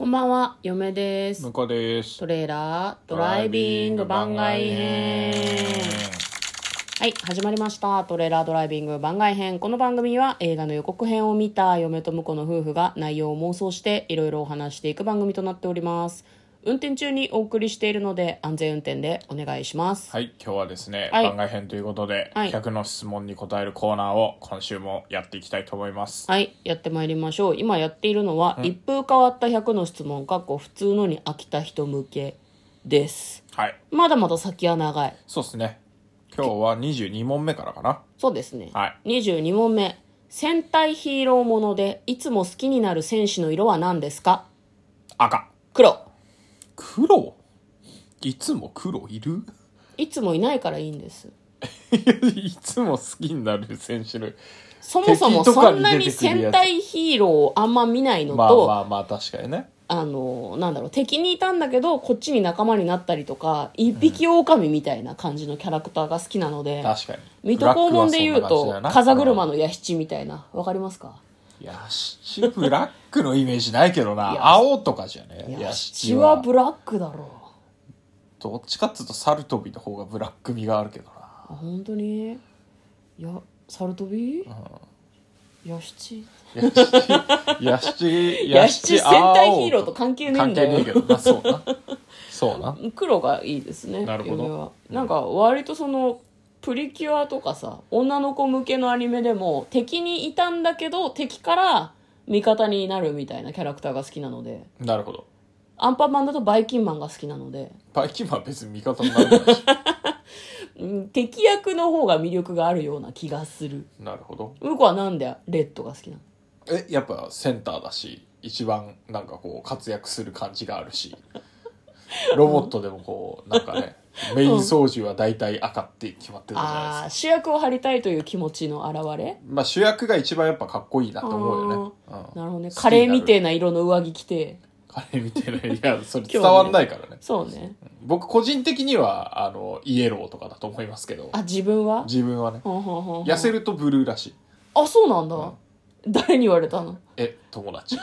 んばんは、嫁です。 向こうです。 トレーラードライビング番外編。はい、始まりました。トレーラードライビング番外編。この番組は映画の予告編を見た嫁と婿の夫婦が内容を妄想していろいろお話していく番組となっております。運転中にお送りしているので安全運転でお願いします。 はい、今日はですね、 はい番外編ということで、 はい 100の質問に答えるコーナーを今週もやっていきたいと思います。 はい、やってまいりましょう。今やっているのは、一風変わった100の質問普通のに飽きた人向けです。 はい、 まだまだ先は長い。 そうですね。今日は22問目からかな。 そうですね、 はい、 22問目。戦隊ヒーローものでいつも好きになる戦士の色は何ですか？ 赤。 黒。 黒？いつも黒いる？ いつもいないからいいんです。 いつも好きになる選手のそもそもそんなに戦隊ヒーローをあんま見ないのと、 まあ確かにね。 敵にいたんだけどこっちに仲間になったりとか、一匹狼みたいな感じのキャラクターが好きなので、 確かに水戸黄門で言うと風車の弥七みたいな、わかりますか？ 弥七ブラックのイメージないけどな。青とかじゃね。 弥七はブラックだろう。 どっちかっつうとサルトビの方がブラック味があるけどな。 あ、本当に？いや、サルトビ？弥七弥七戦隊ヒーローと関係ねえんだよ。 関係ねえけどな。そうな黒がいいですね。 なるほど。 嫁はなんか割とそのプリキュアとかさ、女の子向けのアニメでも敵にいたんだけど敵から味方になるみたいなキャラクターが好きなので。 なるほど。 アンパンマンだとバイキンマンが好きなので。 バイキンマンは別に味方になるからし敵役の方が魅力があるような気がする。 なるほど。 向こうはなんでレッドが好きなの？ やっぱセンターだし、一番なんかこう活躍する感じがあるし、ロボットでもこうなんかね、メイン操縦は大体赤って決まってるじゃないですか。 主役を張りたいという気持ちの表れ。 まあ主役が一番やっぱかっこいいなと思うよね。 なるほどね。カレーみてえな色の上着着て。 カレーみたいな、いやそれ伝わんないからね。 そうね。 僕個人的にはイエローとかだと思いますけど。 自分はね。痩せるとブルーらしい。 あ、そうなんだ。誰に言われたの？ 友達。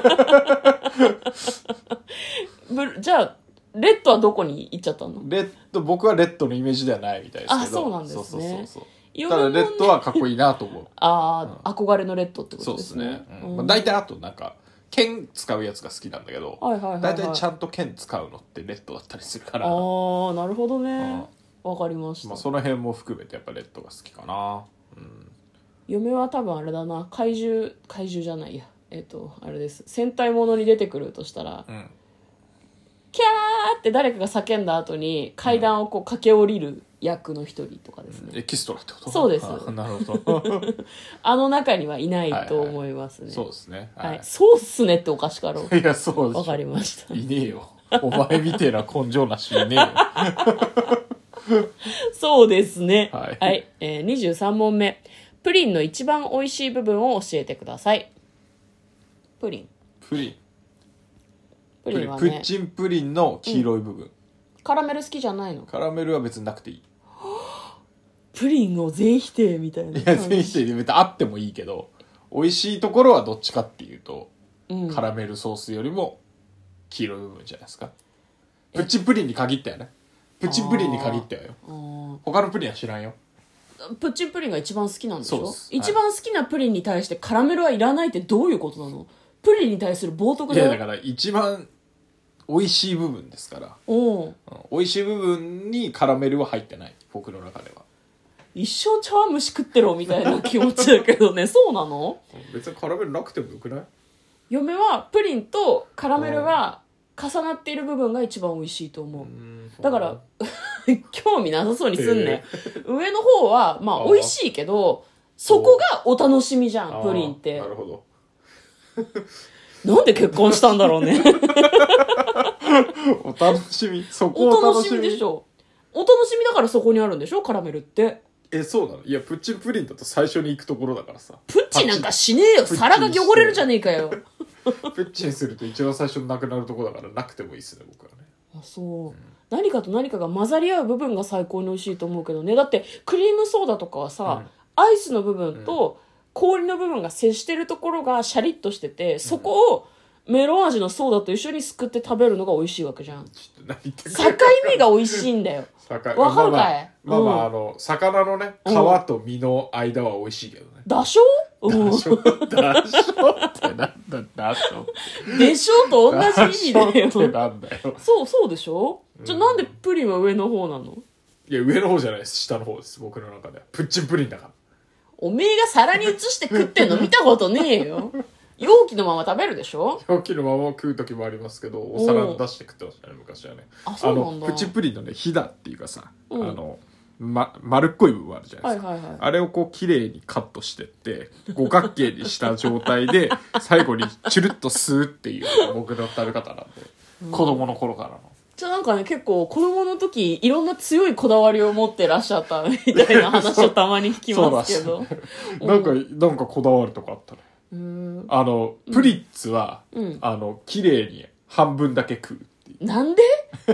じゃあレッドはどこに行っちゃったの？ 僕はレッドのイメージではないみたいですけど。 そうなんですね。 ただレッドはかっこいいなと思う。 憧れのレッドってことですね。 そうですね。大体あとなんか剣使うやつが好きなんだけど、大体ちゃんと剣使うのってレッドだったりするから。 なるほどね。わかりました。 その辺も含めてやっぱレッドが好きかな。 嫁は多分あれだな、怪獣じゃないや、あれです、戦隊ものに出てくるとしたら、キャーって誰かが叫んだ後に階段をこう駆け下りる役の一人とかですね。 エキストラってこと？ そうです。 なるほど。 中にはいないと思いますね。 そうですね。 そうっすねっておかしかろう。 いや、そうです。 わかりました。 いねえよ。お前みてえな根性なしいねえよ。 そうですね。 はい。 23問目。プリンの一番美味しい部分を教えてください。プリンはね、 プッチンプリンの黄色い部分。 カラメル好きじゃないの？ カラメルは別になくていい。 プリンを全否定みたいな。 いや、全否定で別にあってもいいけど、美味しいところはどっちかっていうと、カラメルソースよりも黄色い部分じゃないですか。プッチンプリンに限ったよね。プッチンプリンに限ったよ。他のプリンは知らんよ。 プッチンプリンが一番好きなんでしょ？ そうです。 一番好きなプリンに対してカラメルはいらないってどういうことなの？プリンに対する冒涜だよ。 いや、だから一番美味しい部分ですから。美味しい部分にカラメルは入ってない、僕の中では。 一生茶碗蒸し食ってろみたいな気持ちだけどね。そうなの？ 別にカラメルなくてもよくない？ 嫁はプリンとカラメルが重なっている部分が一番美味しいと思う。だから興味なさそうにすんね。上の方はまあ美味しいけど、そこがお楽しみじゃん、プリンって。 なるほど。 なんで結婚したんだろうね。 お楽しみ。そこお楽しみでしょ。お楽しみだからそこにあるんでしょ、カラメルって。 そうなの？いや、プッチンプリンだと最初に行くところだからさ。 プッチなんかしねえよ。皿が汚れるじゃねえかよ。 プッチンすると一番最初になくなるところだからなくてもいいっすね、僕はね。 そう、何かと何かが混ざり合う部分が最高に美味しいと思うけどね。だってクリームソーダとかはさ、アイスの部分と氷の部分が接してるところがシャリッとしてて、そこをメロン味のソーダと一緒にすくって食べるのが美味しいわけじゃん。 ちょっと何言ってん境目が美味しいんだよ。わかるかい？ 魚のね、皮と身の間は美味しいけどね。 だしょ？ だしょってなんだ、だしょ。 でしょと同じ意味だよ。 だしょってなんだよ。 そうでしょ？じゃあなんでプリンは上の方なの？ いや、上の方じゃないです。下の方です。僕の中では。プッチンプリンだから。 おめえが皿に移して食ってんの見たことねえよ。容器のまま食べるでしょ？ 容器のまま食う時もありますけど、お皿に出して食ってましたね、昔はね。 あ、そうなんだ。 プチプリンのね、ひだっていうかさ、丸っこい部分あるじゃないですか。あれをこう綺麗にカットしてって、五角形にした状態で、最後にチュルッと吸うっていうのが僕の食べ方なんで、子供の頃からの。 じゃあなんかね、結構子供の時いろんな強いこだわりを持ってらっしゃったみたいな話をたまに聞きますけど。 なんかこだわるとかあったね。プリッツは、綺麗に半分だけ食うっていう。 なんで？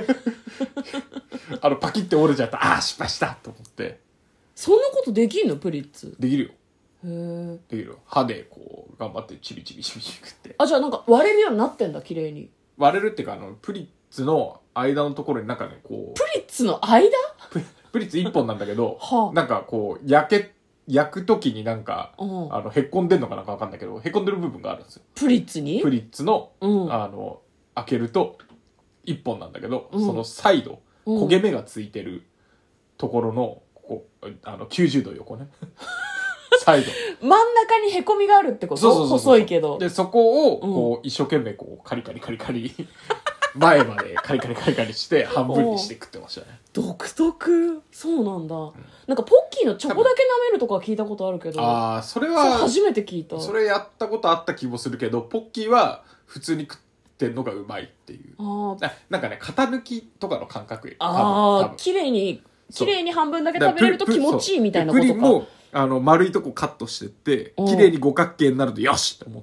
パキって折れちゃった。失敗したと思って。 そんなことできんの？プリッツ。 できるよ。 できるよ。歯でこう、頑張ってチビチビ食って。 じゃあなんか割れるようになってんだ、綺麗に。 割れるっていうか、プリッツの間のところになんかね、こう。 プリッツの間？ プリッツ一本なんだけど、 はあ、 なんかこう、焼くときになんか、へっこんでんのかなんかわかんないけど、へっこんでる部分があるんですよ。 プリッツに？ プリッツの、開けると、一本なんだけど、そのサイド、焦げ目がついてるところの、ここ、90度横ね。サイド。 真ん中にへこみがあるってこと？そう細いけど。 で、そこを、こう、一生懸命こう、カリカリ前までカリカリして半分にして食ってましたね。 独特。そうなんだ、なんかポッキーのチョコだけ舐めるとか聞いたことあるけど、 それは初めて聞いた。 それやったことあった気もするけど、ポッキーは普通に食ってんのがうまいっていう。なんかね、型抜きとかの感覚。 綺麗に半分だけ食べれると気持ちいいみたいなことか。 プリンも丸いとこカットしてって綺麗に五角形になるとよしと思って、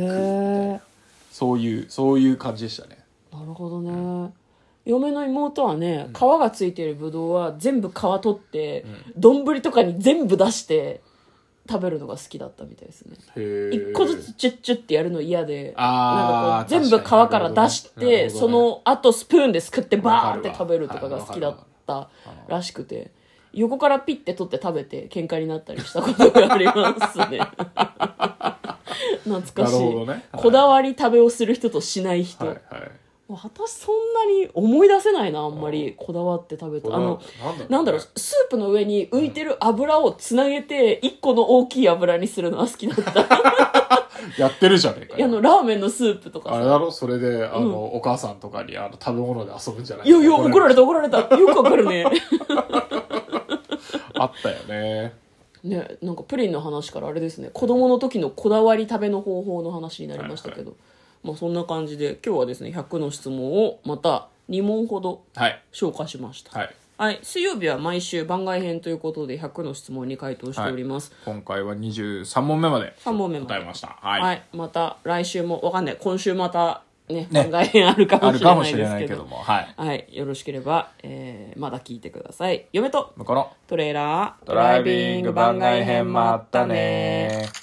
そういう感じでしたね。 なるほどね。嫁の妹はね、皮がついてるぶどうは全部皮取って丼とかに全部出して食べるのが好きだったみたいですね。一個ずつチュッチュッってやるの嫌で、なんかこう全部皮から出して、その後スプーンですくってバーって食べるとかが好きだったらしくて、横からピッて取って食べて喧嘩になったりしたことがありますね。懐かしい、こだわり食べをする人としない人。私そんなに思い出せないな、あんまりこだわって食べた。なんだろう、スープの上に浮いてる油をつなげて一個の大きい油にするのは好きだった。 やってるじゃねえかよ。 ラーメンのスープとかさ。 あれだろ、それでお母さんとかに食べ物で遊ぶんじゃない？ いや怒られた。よくわかるね。 あったよね。 ね、なんかプリンの話からあれですね、子供の時のこだわり食べの方法の話になりましたけど、そんな感じで今日はですね、100の質問をまた2問ほど紹介しました。水曜日は毎週番外編ということで100の質問に回答しております。 今回は23問目まで答えました。 また来週もわかんない、今週また番外編あるかもしれないですけども、よろしければ、まだ聞いてください。嫁と向こうのトレーラードライビング番外編もあったね。